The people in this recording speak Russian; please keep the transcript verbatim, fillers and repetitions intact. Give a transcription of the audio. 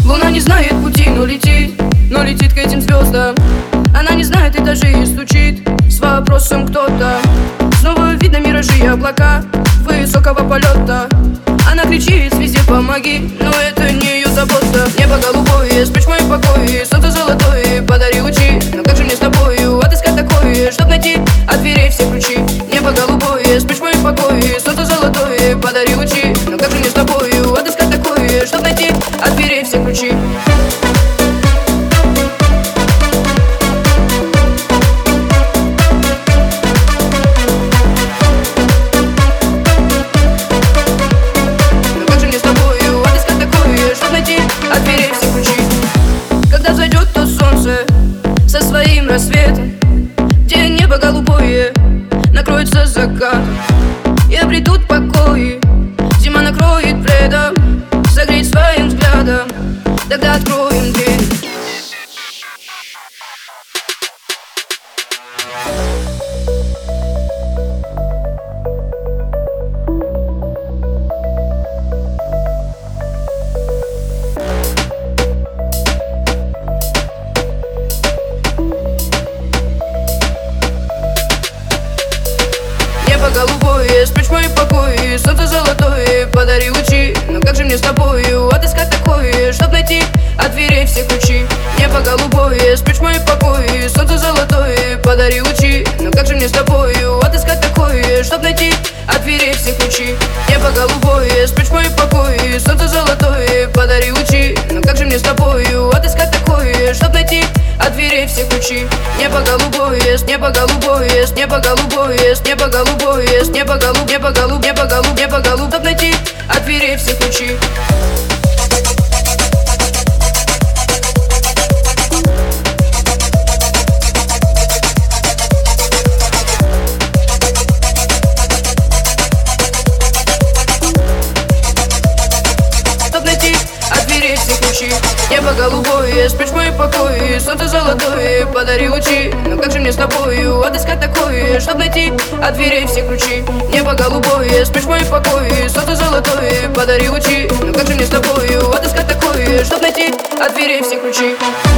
Луна не знает пути, но летит, но летит к этим звездам. Она не знает этажей и стучит с вопросом кто-то. Снова видно миражи и облака высокого полета. Она кричит везде помоги, но это не ее забота. Небо голубое, спрячь мои покои, солнце золотое, подари лучи. Но как же мне с тобою отыскать такое, чтоб найти от дверей все ключи? Небо голубое, спрячь мои покои, солнце золотое, подари лучи. Но как же мне с тобою отыскать такое, чтоб найти от дверей все ключи? Когда зайдет то солнце со своим рассветом, где небо голубое накроется закатом, и обретут покои, зима накроет пледом, согреть своим взглядом, тогда откроем дверь. Небо голубое, спрячь мои покои, солнце золотое, подари лучи. Но как же мне с тобою отыскать такое, чтоб найти от дверей все ключи? Небо голубое, спрячь мои покои, солнце золотое, подари лучи. Но как же мне с тобою отыскать такое, чтоб найти от дверей все ключи? Небо голубое, спрячь мои покои, солнце золотое, подари лучи. Но как же мне с тобою отыскать такое, чтоб найти от дверей все ключи? Небо голубое, с небо голубое, с небо голубое, с небо голубое, с небо голуб, небо голуб, небо голуб, небо голуб, чтоб найти от дверей все ключи. Небо голубое, спрячь мои покои, солнце золотое, подари лучи. Но как же мне с тобою отыскать такое, чтоб найти от дверей все ключи? Небо голубое, спрячь мои покои, солнце золотое, подари лучи. Но как же мне с тобою отыскать такое, чтоб найти от дверей все ключи?